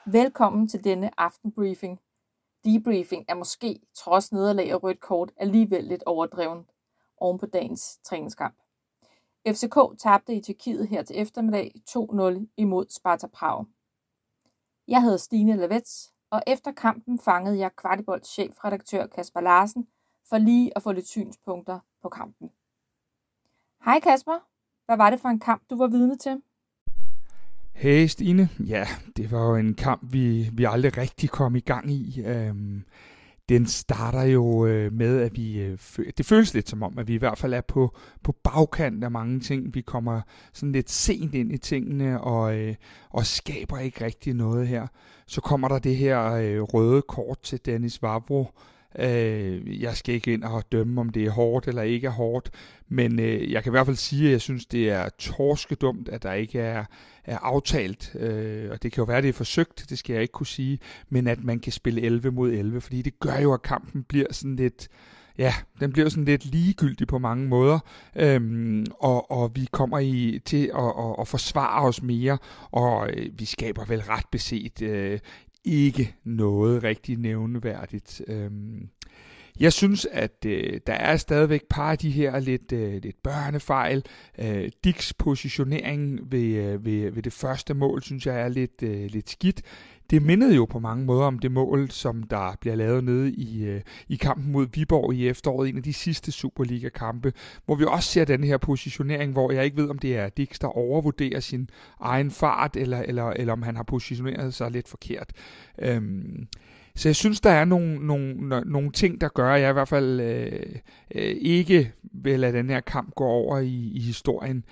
Velkommen til denne aftenbriefing. Debriefing er måske, trods nederlag og rødt kort, alligevel lidt overdreven oven på dagens træningskamp. FCK tabte i Tjekkiet her til eftermiddag 2-0 imod Sparta Prag. Jeg hedder Stine Lavets, og efter kampen fangede jeg Kvartibolds chefredaktør Kasper Larsen for lige at få lidt synspunkter på kampen. Hej Kasper, hvad var det for en kamp, du var vidne til? Hey Stine, ja, det var jo en kamp, vi aldrig rigtig kom i gang i. Den starter jo med, at det føles lidt som om, at vi i hvert fald er på bagkant af mange ting. Vi kommer sådan lidt sent ind i tingene og skaber ikke rigtig noget her. Så kommer der det her røde kort til Denis Vavro. Jeg skal ikke ind og dømme, om det er hårdt eller ikke er hårdt, men jeg kan i hvert fald sige, at jeg synes, det er torskedumt, at der ikke er aftalt, og det kan jo være, det er forsøgt, det skal jeg ikke kunne sige, men at man kan spille 11 mod 11, fordi det gør jo, at kampen bliver sådan lidt, ja, den bliver sådan lidt ligegyldig på mange måder, og vi kommer til at forsvare os mere, og vi skaber vel ret beset ikke noget rigtig nævneværdigt. Jeg synes, at der er stadigvæk par af de her lidt børnefejl. Dicks positionering ved det første mål, synes jeg er lidt skidt. Det mindede jo på mange måder om det mål, som der bliver lavet nede i kampen mod Viborg i efteråret, en af de sidste Superliga-kampe, hvor vi også ser den her positionering, hvor jeg ikke ved, om det er Dicks, der overvurderer sin egen fart, eller om han har positioneret sig lidt forkert. Så jeg synes, der er nogle ting, der gør, at jeg i hvert fald ikke vil lade den her kamp gå over i historien.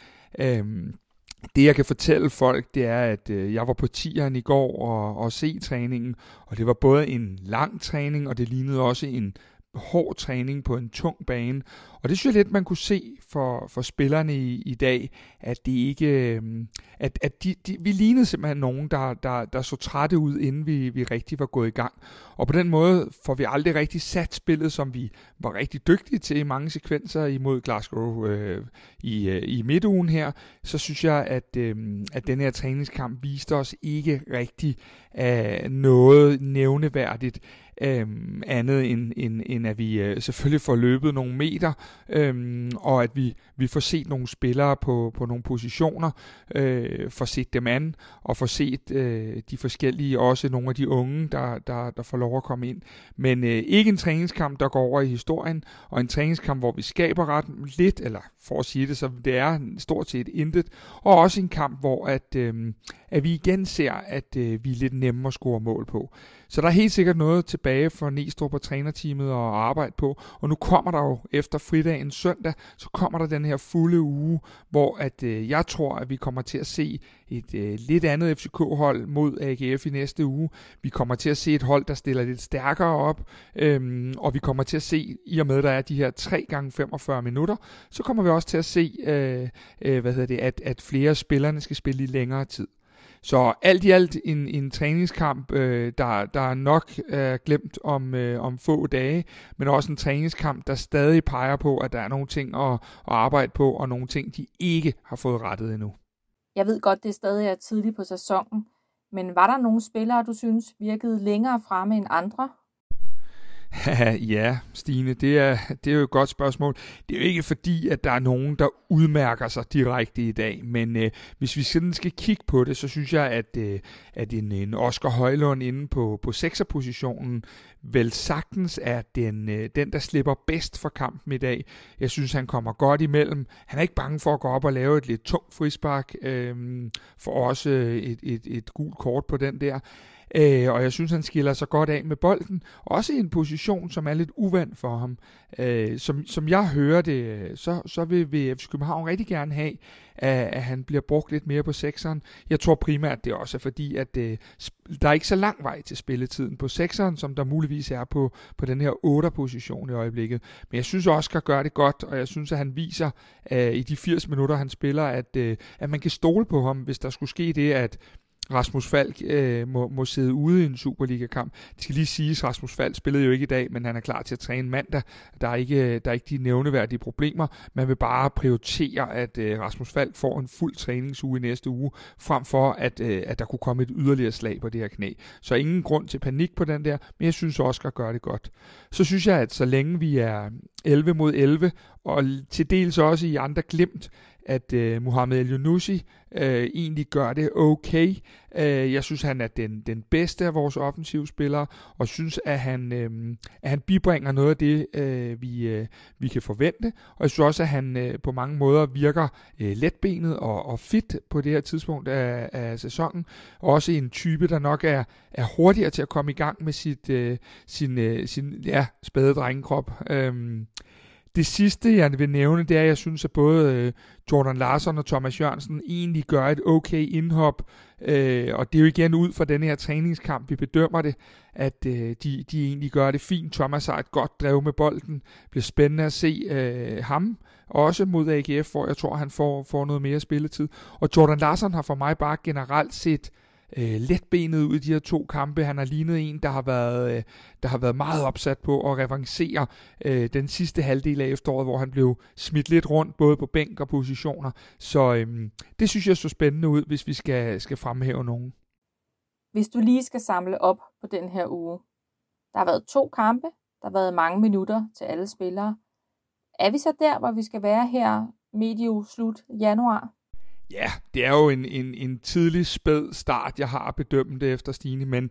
Det jeg kan fortælle folk, det er, at jeg var på tieren i går og se træningen, og det var både en lang træning, og det lignede også en hård træning på en tung bane. Og det synes jeg lidt, man kunne se for spillerne i dag, at det ikke, at vi lignede simpelthen nogen, der så trætte ud, inden vi rigtig var gået i gang. Og på den måde får vi aldrig rigtig sat spillet, som vi var rigtig dygtige til i mange sekvenser imod Glasgow i midtugen her. Så synes jeg, at den her træningskamp viste os ikke rigtig noget nævneværdigt, andet end at vi selvfølgelig får løbet nogle meter, og at vi får set nogle spillere på nogle positioner, får set dem an, og får set de forskellige, også nogle af de unge, der får lov at komme ind. Men ikke en træningskamp, der går over i historien, og en træningskamp, hvor vi skaber ret lidt, eller for at sige det, så det er stort set intet, og også en kamp, hvor at vi igen ser, at vi er lidt nemme at score mål på. Så der er helt sikkert noget tilbage for Næstrup og trænerteamet at arbejde på, og nu kommer der jo efter fridagen søndag, så kommer der den her fulde uge, hvor at jeg tror, at vi kommer til at se et lidt andet FCK-hold mod AGF i næste uge. Vi kommer til at se et hold, der stiller lidt stærkere op, og vi kommer til at se, i og med der er de her 3x45 minutter, så kommer vi også til at se, at flere spillerne skal spille i længere tid. Så alt i alt en træningskamp, der er nok glemt om få dage, men også en træningskamp, der stadig peger på, at der er nogle ting at arbejde på, og nogle ting, de ikke har fået rettet endnu. Jeg ved godt, det stadig er tidligt på sæsonen, men var der nogle spillere, du synes virkede længere fremme end andre? Ja, Stine, det er jo et godt spørgsmål. Det er jo ikke fordi, at der er nogen, der udmærker sig direkte i dag, men hvis vi sådan skal kigge på det, så synes jeg, at en Oscar Højlund inde på 6'er-positionen vel sagtens er den, der slipper bedst for kampen i dag. Jeg synes, han kommer godt imellem. Han er ikke bange for at gå op og lave et lidt tungt frispark, for også et gult kort på den der. Og jeg synes, han skiller sig godt af med bolden. Også i en position, som er lidt uvant for ham. Som jeg hører det, så vil FC København rigtig gerne have, at han bliver brugt lidt mere på sekseren. Jeg tror primært, det også er fordi, at der er ikke så lang vej til spilletiden på sekseren, som der muligvis er på den her 8'er-position i øjeblikket. Men jeg synes, Oscar gør det godt, og jeg synes, at han viser i de 80 minutter, han spiller, at man kan stole på ham, hvis der skulle ske det, at Rasmus Falk må sidde ude i en Superliga-kamp. Det skal lige siges, Rasmus Falk spillede jo ikke i dag, men han er klar til at træne mandag. Der er ikke de nævneværdige problemer. Man vil bare prioritere, at Rasmus Falk får en fuld træningsuge i næste uge, frem for at der kunne komme et yderligere slag på det her knæ. Så ingen grund til panik på den der, men jeg synes Oscar gør det godt. Så synes jeg, at så længe vi er 11 mod 11, og til dels også i andre glemt, at Mohamed El-Yunusi egentlig gør det okay. Jeg synes, han er den bedste af vores offensivspillere, og synes, at han bibringer noget af det, vi kan forvente. Og jeg synes også, at han på mange måder virker letbenet og fit på det her tidspunkt af sæsonen. Også en type, der nok er hurtigere til at komme i gang med sin spæde drengekrop. Det sidste, jeg vil nævne, det er, at jeg synes, at både Jordan Larsson og Thomas Jørgensen egentlig gør et okay indhop. Og det er jo igen ud fra denne her træningskamp, vi bedømmer det, at de egentlig gør det fint. Thomas har et godt drev med bolden. Det bliver spændende at se ham, også mod AGF, hvor jeg tror, han får noget mere spilletid. Og Jordan Larsson har for mig bare generelt set letbenet ud i de her 2 kampe. Han har lignet en, der har været meget opsat på at revancere den sidste halvdel af efteråret, hvor han blev smidt lidt rundt, både på bænk og positioner. Så det synes jeg så spændende ud, hvis vi skal fremhæve nogen. Hvis du lige skal samle op på den her uge. Der har været 2 kampe, der har været mange minutter til alle spillere. Er vi så der, hvor vi skal være her medio slut januar? Ja, det er jo en tidlig spæd start, jeg har bedømt det efter Stine, men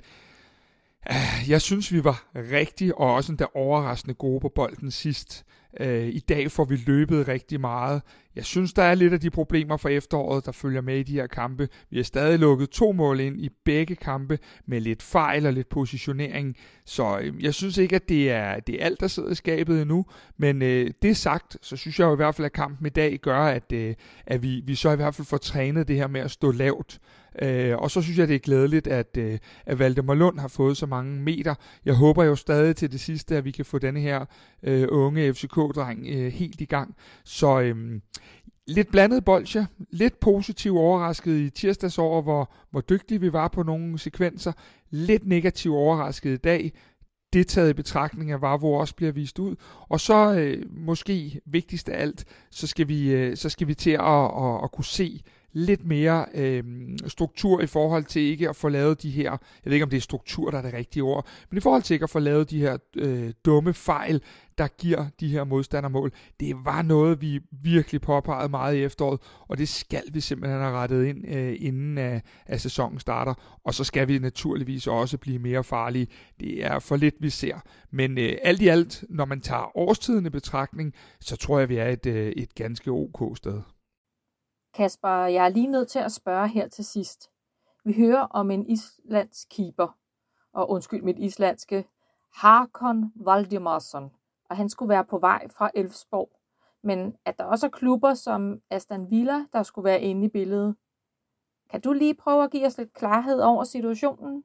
jeg synes, vi var rigtig og også endda overraskende gode på bolden sidst. I dag får vi løbet rigtig meget. Jeg synes, der er lidt af de problemer fra efteråret, der følger med i de her kampe. Vi har stadig lukket 2 mål ind i begge kampe med lidt fejl og lidt positionering. Så jeg synes ikke, at det er alt, der sidder i skabet endnu. Men det sagt, så synes jeg jo i hvert fald, at kampen i dag gør, at vi så i hvert fald får trænet det her med at stå lavt. Og så synes jeg, det er glædeligt, at Valdemar Lund har fået så mange meter. Jeg håber jo stadig til det sidste, at vi kan få denne her unge FCK-dreng helt i gang. Så lidt blandet bolsje, lidt positiv overrasket i tirsdags over, hvor dygtige vi var på nogle sekvenser. Lidt negativ overrasket i dag. Det taget i betragtning af, hvor også bliver vist ud. Og så måske vigtigst af alt, så skal vi til at kunne se lidt mere struktur i forhold til ikke at få lavet de her, jeg ved ikke om det er struktur, der er det rigtige ord, men i forhold til ikke at få lavet de her dumme fejl, der giver de her modstandermål. Det var noget, vi virkelig påpegede meget i efteråret, og det skal vi simpelthen have rettet ind, inden at sæsonen starter. Og så skal vi naturligvis også blive mere farlige. Det er for lidt, vi ser. Men alt i alt, når man tager årstiden i betragtning, så tror jeg, vi er et ganske ok sted. Kasper, jeg er lige nødt til at spørge her til sidst. Vi hører om en islandsk keeper, og undskyld mit islandske, Hákon Valdimarsson, og han skulle være på vej fra Elfsborg. Men at der også er klubber som Aston Villa, der skulle være inde i billedet. Kan du lige prøve at give os lidt klarhed over situationen?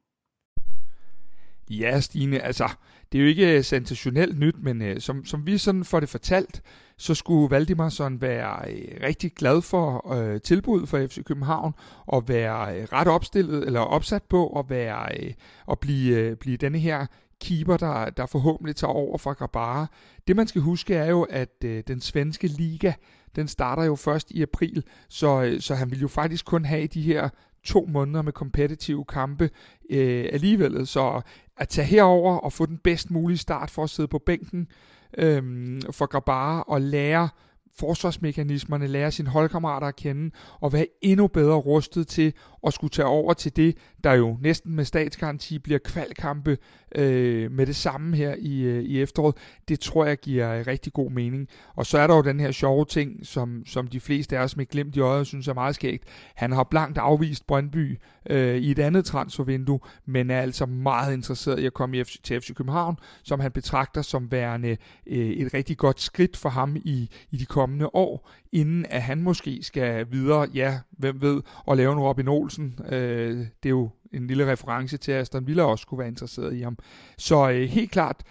Ja, Stine, altså, det er jo ikke sensationelt nyt, men som vi sådan får det fortalt, så skulle Valdimarsson være rigtig glad for tilbuddet for FC København, og være ret opstillet, eller opsat på at blive denne her keeper, der forhåbentlig tager over fra Grabara. Det man skal huske er jo, at den svenske liga, den starter jo først i april, så han vil jo faktisk kun have de her 2 måneder med kompetitive kampe alligevel. Så at tage herover og få den bedst mulige start for at sidde på bænken for Grabara og lære forsvarsmekanismerne, lære sine holdkammerater at kende og være endnu bedre rustet til at skulle tage over til det, der jo næsten med statsgaranti bliver kvalkampe med det samme her i efteråret. Det tror jeg giver rigtig god mening. Og så er der jo den her sjove ting, som de fleste af os med glimt i øjet synes er meget skægt. Han har blankt afvist Brøndby i et andet transfervindue, men er altså meget interesseret i at komme til FC København, som han betragter som værende et rigtig godt skridt for ham i de kommende år, inden at han måske skal videre, ja, hvem ved, og lave en Robin Olsen. Det er jo en lille reference til, at Aston Villa også skulle være interesseret i ham. Så helt klart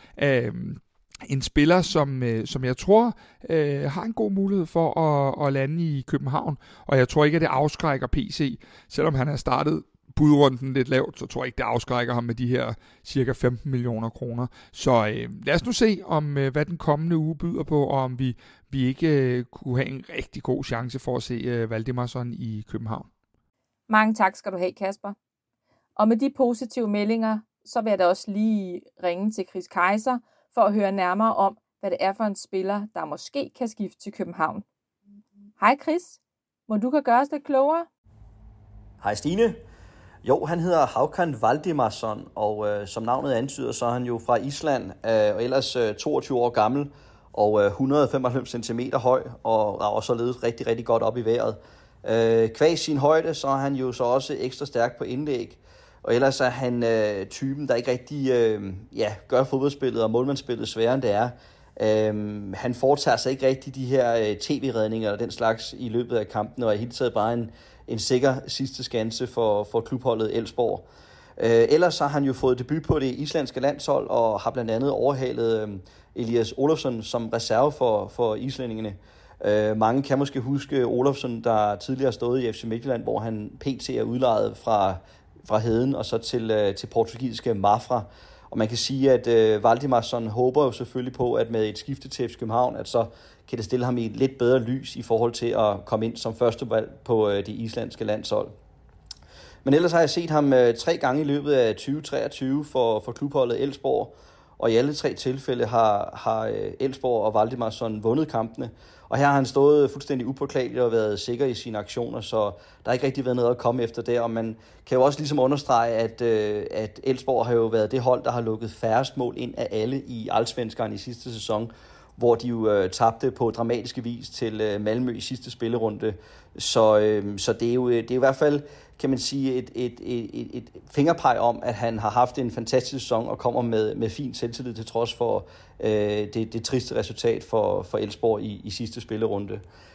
en spiller, som jeg tror har en god mulighed for at lande i København, og jeg tror ikke, at det afskrækker PC, selvom han er startet budrunden lidt lavt, så tror jeg ikke, det afskrækker ham med de her cirka 15 millioner kroner. Så lad os nu se, om hvad den kommende uge byder på, og om vi ikke kunne have en rigtig god chance for at se Valdimarsson i København. Mange tak skal du have, Kasper. Og med de positive meldinger, så vil jeg da også lige ringe til Chris Kejser for at høre nærmere om, hvad det er for en spiller, der måske kan skifte til København. Hej Chris, må du kan gøre os lidt klogere? Hej Stine. Jo, han hedder Hákon Valdimarsson, og som navnet antyder, så er han jo fra Island, og ellers 22 år gammel og 195 cm høj, og rager således rigtig, rigtig godt op i vejret. Kvæg sin højde, så er han jo så også ekstra stærk på indlæg, og ellers er han typen, der ikke rigtig gør fodboldspillet og målmandsspillet sværere end det er. Han foretager sig ikke rigtig de her tv-redninger og den slags i løbet af kampen, og er helt taget bare en sikker sidste skanse for klubholdet Elfsborg. Ellers har han jo fået debut på det islandske landshold, og har blandt andet overhalet Elias Ólafsson som reserve for islændingene. Mange kan måske huske Ólafsson, der tidligere har stået i FC Midtjylland, hvor han pt. Er udlejet fra Heden og så til portugisiske Mafra. Og man kan sige, at Valdimarsson håber jo selvfølgelig på, at med et skifte til FC København, at så kan det stille ham i et lidt bedre lys i forhold til at komme ind som førstevalg på det islandske landshold. Men ellers har jeg set ham 3 gange i løbet af 2023 for klubholdet Elfsborg, og i alle 3 tilfælde har Elfsborg og Valdimarsson vundet kampene. Og her har han stået fuldstændig upåklageligt og været sikker i sine aktioner, så der har ikke rigtig været noget at komme efter der. Og man kan jo også ligesom understrege, at Elfsborg har jo været det hold, der har lukket færrest mål ind af alle i Allsvenskan i sidste sæson, hvor de jo tabte på dramatiske vis til Malmø i sidste spillerunde. Så det er jo i hvert fald, kan man sige, et fingerpeg om, at han har haft en fantastisk sæson og kommer med fin selvtillid til trods for det triste resultat for Elfsborg i sidste spillerunde.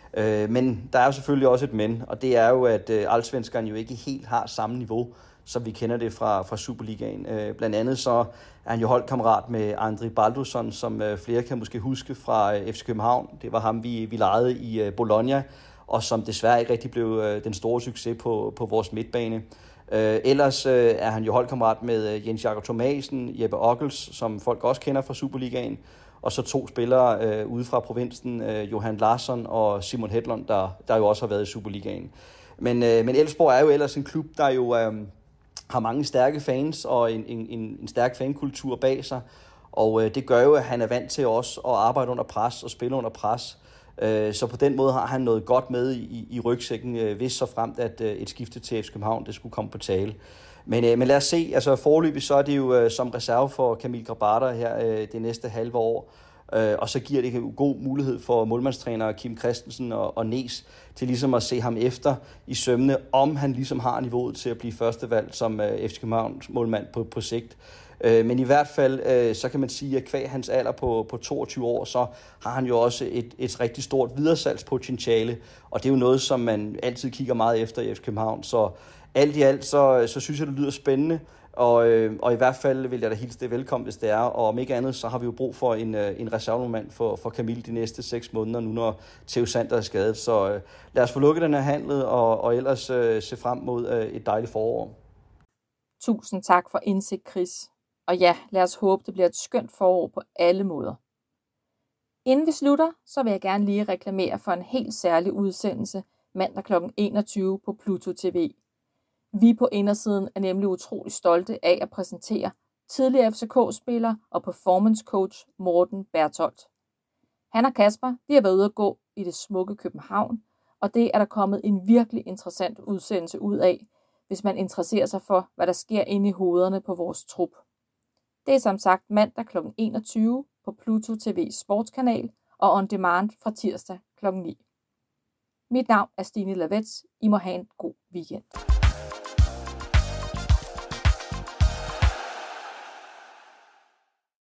Men der er jo selvfølgelig også et men, og det er jo, at Allsvenskan jo ikke helt har samme niveau, som vi kender det fra Superligaen. Blandt andet så er han jo holdkammerat med Andri Baldursson, som flere kan måske huske fra FC København. Det var ham, vi lejede i Bologna, og som desværre ikke rigtig blev den store succes på vores midtbane. Ellers er han jo holdkammerat med Jens Jakob Thomasen, Jeppe Ockels, som folk også kender fra Superligaen, og så 2 spillere ude fra provinsen, Johan Larsson og Simon Hedlund, der jo også har været i Superligaen. Men Elfsborg er jo ellers en klub, der jo har mange stærke fans og en stærk fankultur bag sig, og det gør jo, at han er vant til også at arbejde under pres og spille under pres. Så på den måde har han noget godt med i rygsækken, hvis så fremt, at et skifte til FC København det skulle komme på tale. Men lad os se, altså foreløbig så er det jo som reserve for Kamil Grabara her det næste halve år, og så giver det en god mulighed for målmandstræner Kim Christensen og Nes til ligesom at se ham efter i sømmene, om han ligesom har niveauet til at blive førstevalg som FC Københavns målmand på sigt. Men i hvert fald, så kan man sige, at kvæg hans alder på 22 år, så har han jo også et rigtig stort videresalgspotentiale, og det er jo noget, som man altid kigger meget efter i FC København. Så alt i alt, så synes jeg, det lyder spændende, og i hvert fald vil jeg da hilse det velkommen, hvis det er, og om ikke andet, så har vi jo brug for en reservemand for Kamil de næste 6 måneder, nu når Theo Sander er skadet. Så lad os få lukket den her handel, og ellers se frem mod et dejligt forår. Tusind tak for indsigt, Chris. Og ja, lad os håbe, det bliver et skønt forår på alle måder. Inden vi slutter, så vil jeg gerne lige reklamere for en helt særlig udsendelse mandag kl. 21 på Pluto TV. Vi på Indersiden er nemlig utrolig stolte af at præsentere tidligere FCK-spiller og performance coach Morten Bertholdt. Han og Kasper, de har været ude at gå i det smukke København, og det er der kommet en virkelig interessant udsendelse ud af, hvis man interesserer sig for, hvad der sker inde i hovederne på vores trup. Det er som sagt mandag kl. 21 på Pluto TV sportskanal og on demand fra tirsdag kl. 9. Mit navn er Stine Lavets. I må have en god weekend.